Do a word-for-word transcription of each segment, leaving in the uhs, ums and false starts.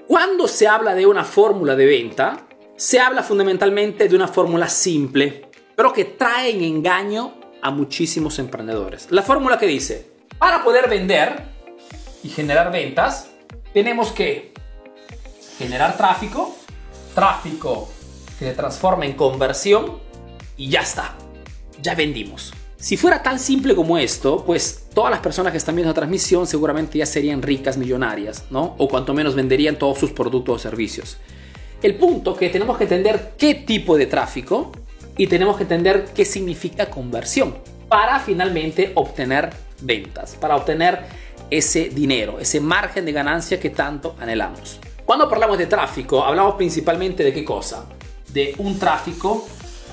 Cuando se habla de una fórmula de venta, se habla fundamentalmente de una fórmula simple, pero que trae en engaño a muchísimos emprendedores. La fórmula que dice, para poder vender y generar ventas, tenemos que generar tráfico, tráfico que se transforma en conversión y ya está, ya vendimos. Si fuera tan simple como esto, pues todas las personas que están viendo la transmisión seguramente ya serían ricas, millonarias, ¿no? O cuanto menos venderían todos sus productos o servicios. El punto es que tenemos que entender qué tipo de tráfico y tenemos que entender qué significa conversión para finalmente obtener ventas, para obtener ese dinero, ese margen de ganancia que tanto anhelamos. Cuando hablamos de tráfico, hablamos principalmente de qué cosa? De un tráfico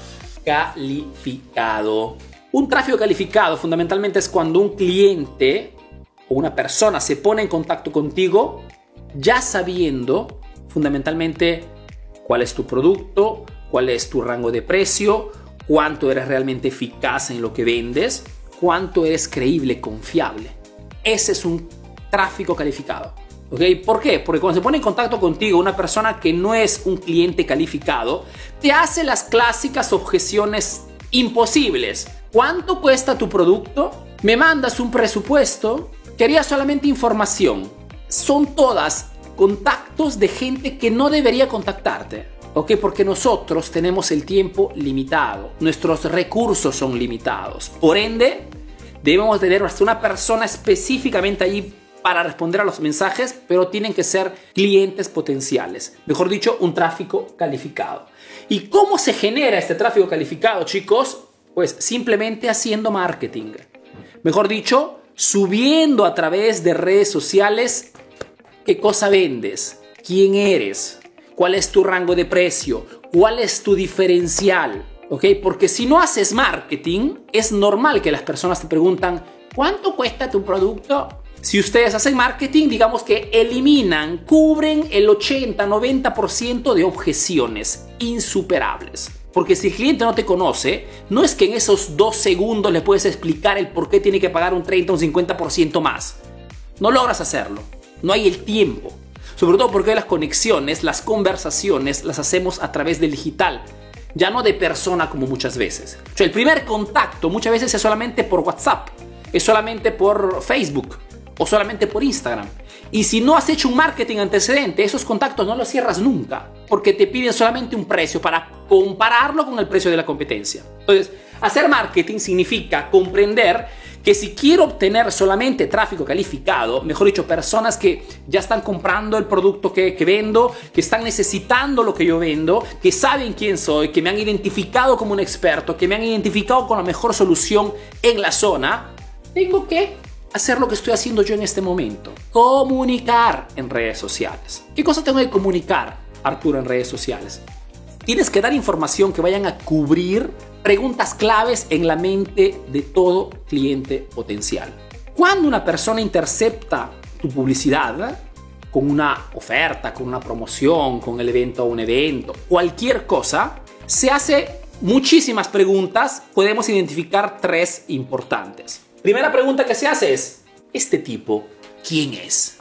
calificado. Un tráfico calificado fundamentalmente es cuando un cliente o una persona se pone en contacto contigo ya sabiendo fundamentalmente cuál es tu producto, cuál es tu rango de precio, cuánto eres realmente eficaz en lo que vendes, cuánto eres creíble, confiable. Ese es un tráfico calificado. ¿Okay? ¿Por qué? Porque cuando se pone en contacto contigo una persona que no es un cliente calificado, te hace las clásicas objeciones imposibles. ¿Cuánto cuesta tu producto? ¿Me mandas un presupuesto? Quería solamente información. Son todas contactos de gente que no debería contactarte. ¿Ok? Porque nosotros tenemos el tiempo limitado. Nuestros recursos son limitados. Por ende, debemos tener hasta una persona específicamente allí para responder a los mensajes, pero tienen que ser clientes potenciales. Mejor dicho, un tráfico calificado. ¿Y cómo se genera este tráfico calificado, chicos? Pues simplemente haciendo marketing. Mejor dicho, subiendo a través de redes sociales qué cosa vendes, quién eres, cuál es tu rango de precio, cuál es tu diferencial. ¿Ok? Porque si no haces marketing, es normal que las personas te preguntan ¿cuánto cuesta tu producto? Si ustedes hacen marketing, digamos que eliminan, cubren el ochenta a noventa por ciento de objeciones insuperables. Porque si el cliente no te conoce, no es que en esos dos segundos le puedes explicar el por qué tiene que pagar un treinta o un cincuenta por ciento más. No logras hacerlo. No hay el tiempo. Sobre todo porque las conexiones, las conversaciones, las hacemos a través del digital. Ya no de persona como muchas veces. O sea, el primer contacto muchas veces es solamente por WhatsApp. Es solamente por Facebook. O solamente por Instagram. Y si no has hecho un marketing antecedente, esos contactos no los cierras nunca, porque te piden solamente un precio para compararlo con el precio de la competencia. Entonces, hacer marketing significa comprender que si quiero obtener solamente tráfico calificado, mejor dicho, personas que ya están comprando el producto que, que vendo, que están necesitando lo que yo vendo, que saben quién soy, que me han identificado como un experto, que me han identificado con la mejor solución en la zona, tengo que hacer lo que estoy haciendo yo en este momento. Comunicar en redes sociales. ¿Qué cosa tengo que comunicar, Arturo, en redes sociales? Tienes que dar información que vayan a cubrir preguntas claves en la mente de todo cliente potencial. Cuando una persona intercepta tu publicidad con una oferta, con una promoción, con el evento o un evento, cualquier cosa, se hace muchísimas preguntas. Podemos identificar tres importantes. Primera pregunta que se hace es, ¿este tipo quién es?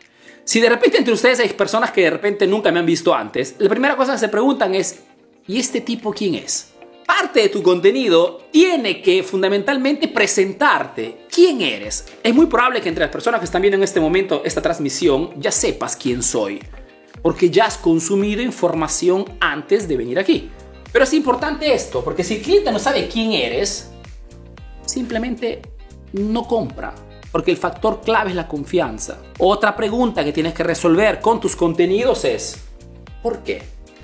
Si de repente entre ustedes hay personas que de repente nunca me han visto antes, la primera cosa que se preguntan es, ¿y este tipo quién es? Parte de tu contenido tiene que fundamentalmente presentarte quién eres. Es muy probable que entre las personas que están viendo en este momento esta transmisión ya sepas quién soy, porque ya has consumido información antes de venir aquí. Pero es importante esto, porque si el cliente no sabe quién eres, simplemente no compra, porque el factor clave es la confianza. Otra pregunta que tienes que resolver con tus contenidos es ¿por qué?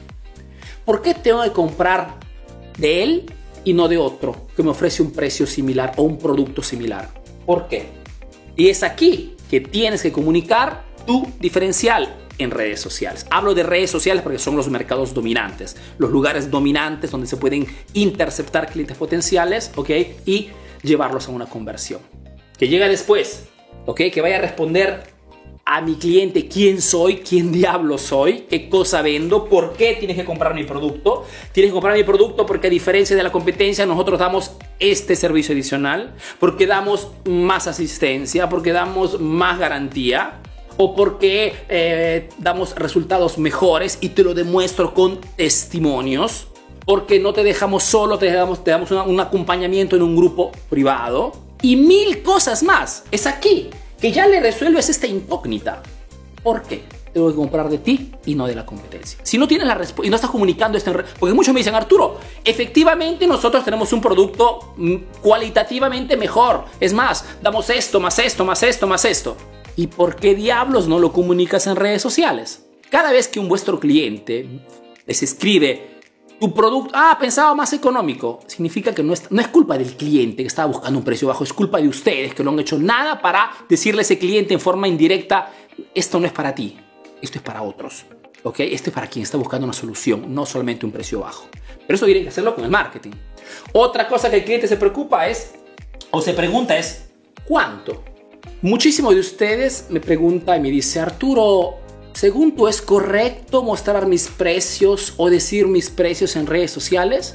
¿Por qué tengo que comprar de él y no de otro que me ofrece un precio similar o un producto similar? ¿Por qué? Y es aquí que tienes que comunicar tu diferencial en redes sociales. Hablo de redes sociales porque son los mercados dominantes, los lugares dominantes donde se pueden interceptar clientes potenciales, ¿ok? Y llevarlos a una conversión. Que llega después, ¿ok? Que vaya a responder a mi cliente quién soy, quién diablo soy, qué cosa vendo, por qué tienes que comprar mi producto. Tienes que comprar mi producto porque a diferencia de la competencia nosotros damos este servicio adicional, porque damos más asistencia, porque damos más garantía. o porque eh, damos resultados mejores y te lo demuestro con testimonios, porque no te dejamos solo, te damos, te damos una, un acompañamiento en un grupo privado y mil cosas más. Es aquí que ya le resuelves esta incógnita. ¿Por qué? Tengo que comprar de ti y no de la competencia. Si no tienes la respuesta y no estás comunicando esto, en porque muchos me dicen, Arturo, efectivamente nosotros tenemos un producto cualitativamente mejor. Es más, damos esto, más esto, más esto, más esto. ¿Y por qué diablos no lo comunicas en redes sociales? Cada vez que un vuestro cliente les escribe tu producto, ah, pensaba más económico, significa que no es, no es culpa del cliente que estaba buscando un precio bajo, es culpa de ustedes que no han hecho nada para decirle a ese cliente en forma indirecta, esto no es para ti. Esto es para otros, ¿ok? Esto es para quien está buscando una solución, no solamente un precio bajo. Pero eso tienen que hacerlo con el marketing. Otra cosa que el cliente se preocupa es, o se pregunta es, ¿cuánto? Muchísimo de ustedes me pregunta y me dice, Arturo, según tú, ¿es correcto mostrar mis precios o decir mis precios en redes sociales?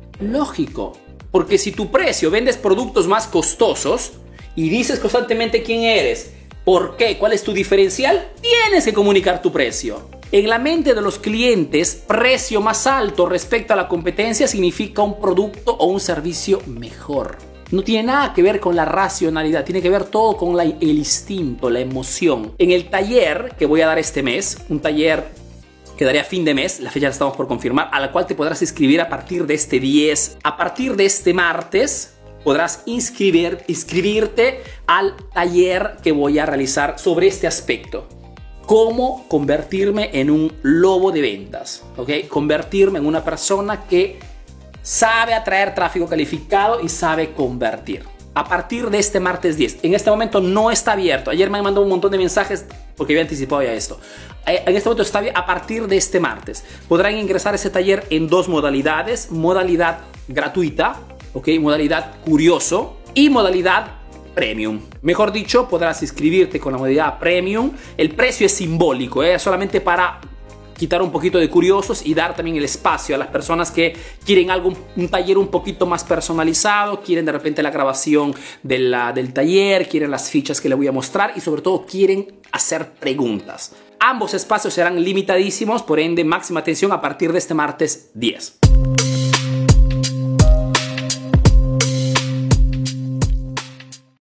Lógico, porque si tu precio, vendes productos más costosos y dices constantemente quién eres, ¿por qué? ¿Cuál es tu diferencial? Tienes que comunicar tu precio. En la mente de los clientes, precio más alto respecto a la competencia significa un producto o un servicio mejor. No tiene nada que ver con la racionalidad, tiene que ver todo con la, el instinto, la emoción. En el taller que voy a dar este mes, un taller que daré a fin de mes, la fecha la estamos por confirmar, a la cual te podrás inscribir a partir de este diez, a partir de este martes, podrás inscribir, inscribirte al taller que voy a realizar sobre este aspecto. Cómo convertirme en un lobo de ventas, ¿ok? Convertirme en una persona que sabe atraer tráfico calificado y sabe convertir. A partir de este martes diez. En este momento no está abierto. Ayer me han mandado un montón de mensajes porque había anticipado ya esto. En este momento está abierto a partir de este martes. Podrán ingresar a ese taller en dos modalidades. Modalidad gratuita, ¿ok? Modalidad curioso y modalidad premium. Mejor dicho, podrás inscribirte con la modalidad premium. El precio es simbólico, ¿eh? Solamente para quitar un poquito de curiosos y dar también el espacio a las personas que quieren algo, un taller un poquito más personalizado, quieren de repente la grabación de la, del taller, quieren las fichas que les voy a mostrar y sobre todo quieren hacer preguntas. Ambos espacios serán limitadísimos, por ende máxima atención a partir de este martes diez.